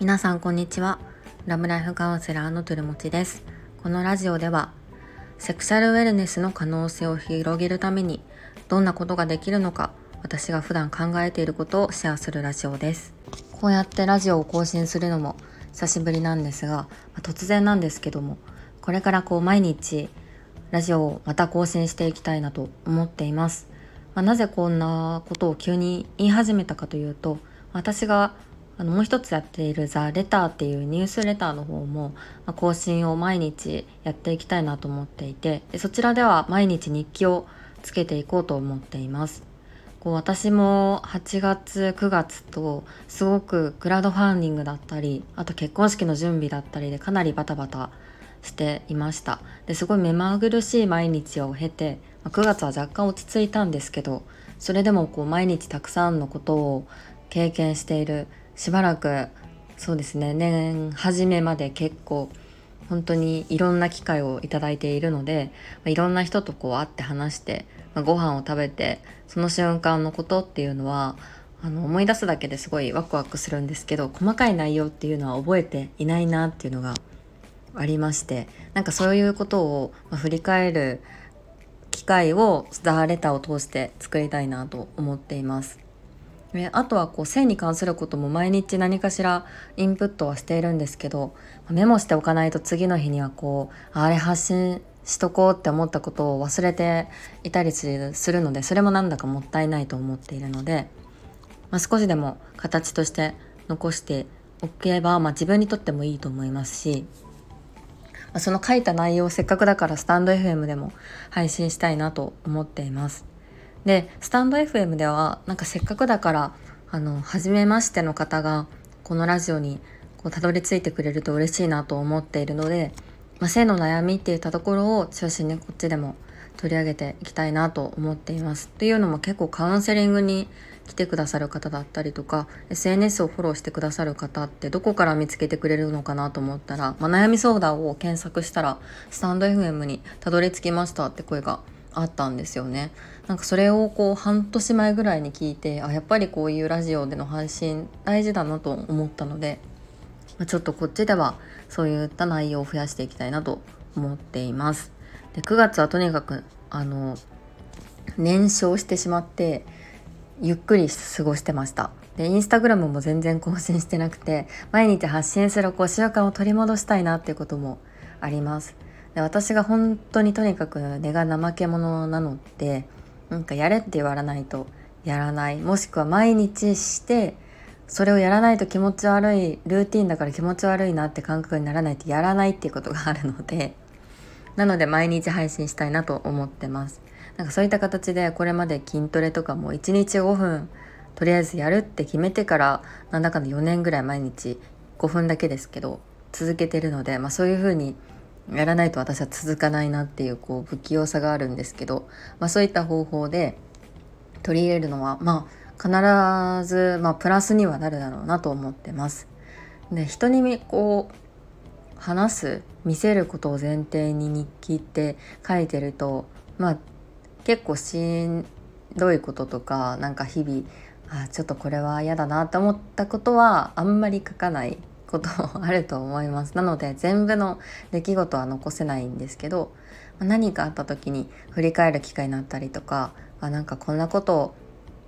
皆さんこんにちは。ラブライフカウンセラーのトゥルモチです。このラジオではセクシャルウェルネスの可能性を広げるためにどんなことができるのか、私が普段考えていることをシェアするラジオです。こうやってラジオを更新するのも久しぶりなんですが、突然なんですけども、これから毎日ラジオをまた更新していきたいなと思っています。なぜこんなことを急に言い始めたかというと、私がもう一つやっているザ・レターっていうニュースレターの方も、更新を毎日やっていきたいなと思っていて、そちらでは毎日日記をつけていこうと思っています。私も8月9月とすごくクラウドファンディングだったり、あと結婚式の準備だったりでかなりバタバタしていました。ですごい目まぐるしい毎日を経て、9月は若干落ち着いたんですけど、それでも毎日たくさんのことを経験している。しばらくそうですね、年初めまで結構本当にいろんな機会をいただいているので、いろんな人と会って話して、ご飯を食べて、その瞬間のことっていうのは思い出すだけですごいワクワクするんですけど、細かい内容っていうのは覚えていないなっていうのがありまして、そういうことを振り返る機会をザ・レターを通して作りたいなと思っています。あとは性に関することも毎日何かしらインプットはしているんですけど、メモしておかないと次の日にはあれ発信しとこうって思ったことを忘れていたりするので、それもなんだかもったいないと思っているので、少しでも形として残しておけば、自分にとってもいいと思いますし、その書いた内容をせっかくだからスタンド FM でも配信したいなと思っています。で、スタンド FM ではせっかくだから初めましての方がこのラジオにたどり着いてくれると嬉しいなと思っているので、性の悩みっていったところを中心にこっちでも取り上げていきたいなと思っています。というのも結構カウンセリングに来てくださる方だったりとか SNS をフォローしてくださる方ってどこから見つけてくれるのかなと思ったら、悩み相談を検索したらスタンド FM にたどり着きましたって声があったんですよね。それを半年前ぐらいに聞いて、やっぱりこういうラジオでの配信大事だなと思ったので、ちょっとこっちではそういった内容を増やしていきたいなと思っています。で、9月はとにかく燃焼してしまってゆっくり過ごしてました。で、インスタグラムも全然更新してなくて、毎日発信する習慣を取り戻したいなっていうこともあります。で、私が本当にとにかく根が怠け者なので、やれって言わないとやらない、もしくは毎日してそれをやらないと気持ち悪い、ルーティンだから気持ち悪いなって感覚にならないとやらないっていうことがあるので、なので毎日配信したいなと思ってます。そういった形でこれまで筋トレとかも1日5分とりあえずやるって決めてから、なんだかんだ4年ぐらい毎日5分だけですけど続けてるので、そういう風にやらないと私は続かないなっていう不器用さがあるんですけど、そういった方法で取り入れるのは必ずプラスにはなるだろうなと思ってます。で、人に話す、見せることを前提に日記って書いてると、結構しんどいこととか日々ちょっとこれは嫌だなと思ったことはあんまり書かないこともあると思います。なので全部の出来事は残せないんですけど、何かあった時に振り返る機会になったりとか、こんなことを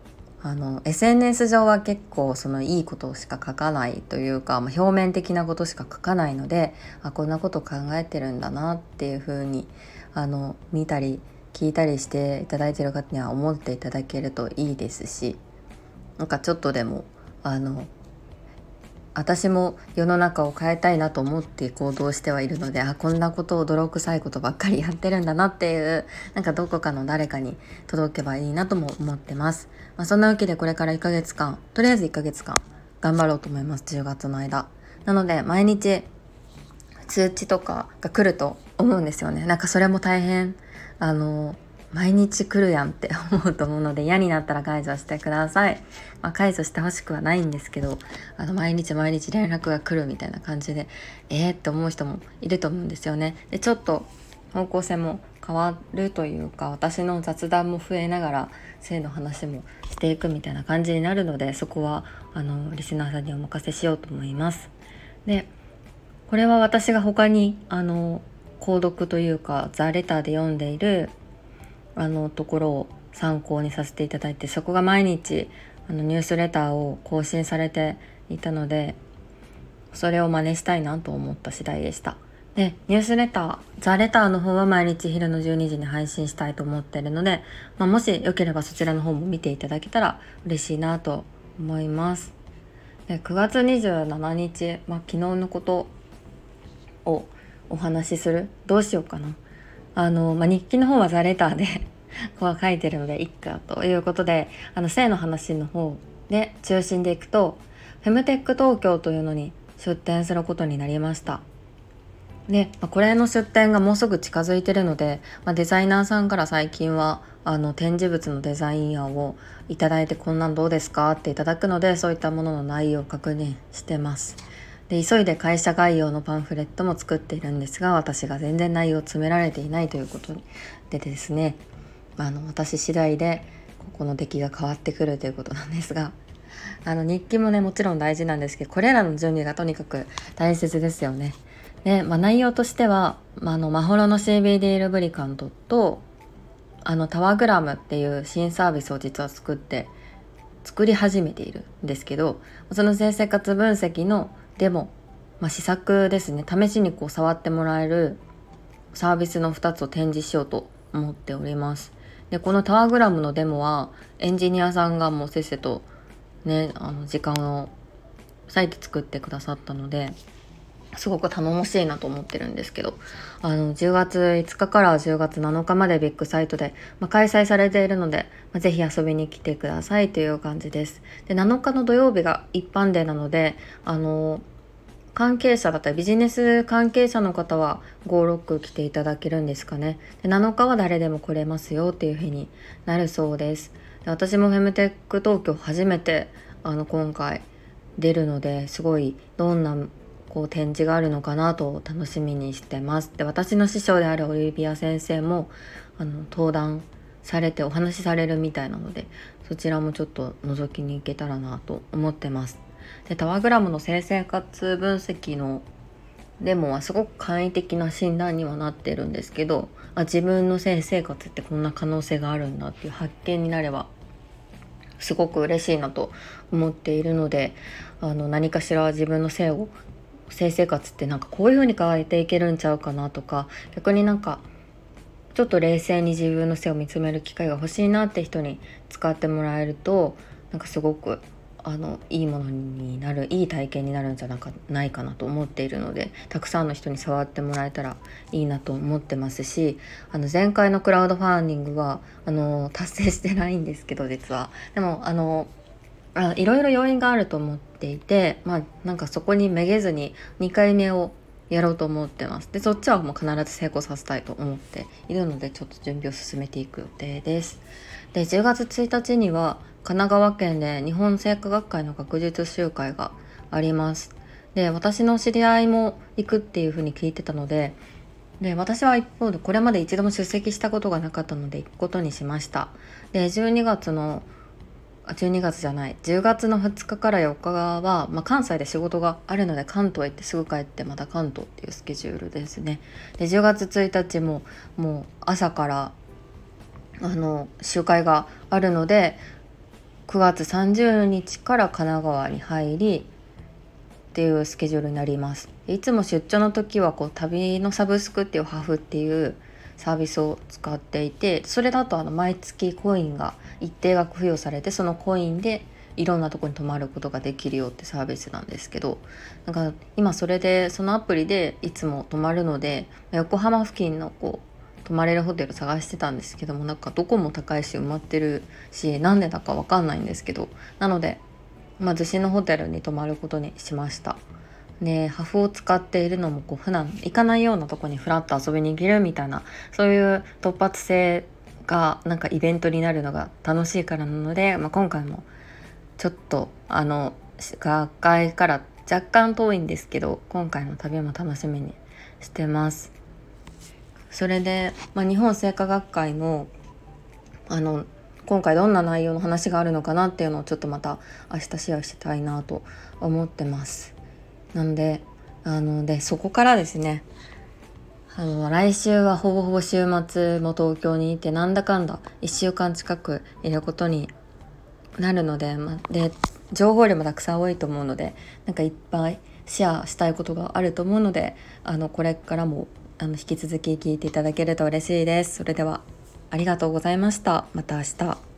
SNS 上は結構いいことしか書かないというか、表面的なことしか書かないので、こんなこと考えてるんだなっていう風に見たり聞いたりしていただいている方には思っていただけるといいですし、ちょっとでも私も世の中を変えたいなと思って行動してはいるので、こんなことを泥臭いことばっかりやってるんだなっていう、どこかの誰かに届けばいいなとも思ってます。そんなわけでこれから1ヶ月間、とりあえず1ヶ月間頑張ろうと思います。10月の間なので毎日通知とかが来ると思うんですよね。それも大変毎日来るやんって思うと思うので、嫌になったら解除してください。解除してほしくはないんですけど、毎日連絡が来るみたいな感じでって思う人もいると思うんですよね。で、ちょっと方向性も変わるというか、私の雑談も増えながら性の話もしていくみたいな感じになるので、そこはリスナーさんにお任せしようと思います。 でこれは私が他に購読というかザ・レターで読んでいるところを参考にさせていただいて、そこが毎日ニュースレターを更新されていたので、それを真似したいなと思った次第でした。でニュースレターザ・レターの方は毎日昼の12時に配信したいと思っているので、もしよければそちらの方も見ていただけたら嬉しいなと思います。で9月27日、昨日のことをお話しする、どうしようかな。日記の方はザ・レターでこう書いてるのでいっかということで、性の話の方で中心でいくと、フェムテック東京というのに出展することになりました。で、これの出展がもうすぐ近づいてるので、デザイナーさんから最近は展示物のデザイン案をいただいて、こんなんどうですかっていただくので、そういったものの内容を確認してます。で急いで会社概要のパンフレットも作っているんですが、私が全然内容を詰められていないということでですね、私次第でここの出来が変わってくるということなんですが、日記もねもちろん大事なんですけど、これらの準備がとにかく大切ですよね。で、内容としては、マホロの CBD ルブリカントとタワグラムっていう新サービスを実は作り始めているんですけど、その性生活分析のデモ、試作ですね、試しに触ってもらえるサービスの2つを展示しようと思っております。でこのタワグラムのデモはエンジニアさんがもうせっせとね時間を割いて作ってくださったので、すごく頼もしいなと思ってるんですけど、10月5日から10月7日までビッグサイトで、開催されているので、ぜひ遊びに来てくださいという感じです。で7日の土曜日が一般デーなので、関係者だったりビジネス関係者の方は56来ていただけるんですかね。で7日は誰でも来れますよっていう風になるそうです。で私もフェムテック東京初めて今回出るので、すごいどんな展示があるのかなと楽しみにしてます。で私の師匠であるオリビア先生も登壇されてお話しされるみたいなので、そちらもちょっと覗きに行けたらなと思ってます。でタワグラムの性生活分析のデモはすごく簡易的な診断にはなってるんですけど、自分の性生活ってこんな可能性があるんだっていう発見になればすごく嬉しいなと思っているので、何かしら自分の性生活ってこういう風に変えていけるんちゃうかなとか、逆にちょっと冷静に自分の性を見つめる機会が欲しいなって人に使ってもらえると、すごくいいものになる、いい体験になるんじゃないかなと思っているので、たくさんの人に触ってもらえたらいいなと思ってますし、前回のクラウドファンディングは達成してないんですけど、実はでもいろいろ要因があると思っていて、そこにめげずに2回目をやろうと思ってます。でそっちはもう必ず成功させたいと思っているので、ちょっと準備を進めていく予定です。で10月1日には神奈川県で日本製菓学会の学術集会があります。で私の知り合いも行くっていう風に聞いてたので、私は一方でこれまで一度も出席したことがなかったので行くことにしました。で12月じゃない10月の2日から4日は、関西で仕事があるので関東へ行ってすぐ帰ってまた関東っていうスケジュールですね。で10月1日ももう朝から集会があるので、9月30日から神奈川に入りっていうスケジュールになります。いつも出張の時は旅のサブスクっていうハフっていうサービスを使っていて、それだと毎月コインが一定額付与されて、そのコインでいろんなとこに泊まることができるよってサービスなんですけど、今それでそのアプリでいつも泊まるので、横浜付近の泊まれるホテル探してたんですけども、どこも高いし埋まってるし、なんでだかわかんないんですけど、なので逗子のホテルに泊まることにしました。でハフを使っているのも普段行かないようなとこにフラッと遊びに行けるみたいな、そういう突発性がイベントになるのが楽しいからなので、今回もちょっと学会から若干遠いんですけど、今回の旅も楽しみにしてます。それで、日本製菓学会の今回どんな内容の話があるのかなっていうのをちょっとまた明日シェアしたいなと思ってます。なのででそこからですね、来週はほぼほぼ週末も東京にいて、なんだかんだ1週間近くいることになるので、で情報量もたくさん多いと思うので、なんかいっぱいシェアしたいことがあると思うので、これからも引き続き聞いていただけると嬉しいです。それではありがとうございました。また明日。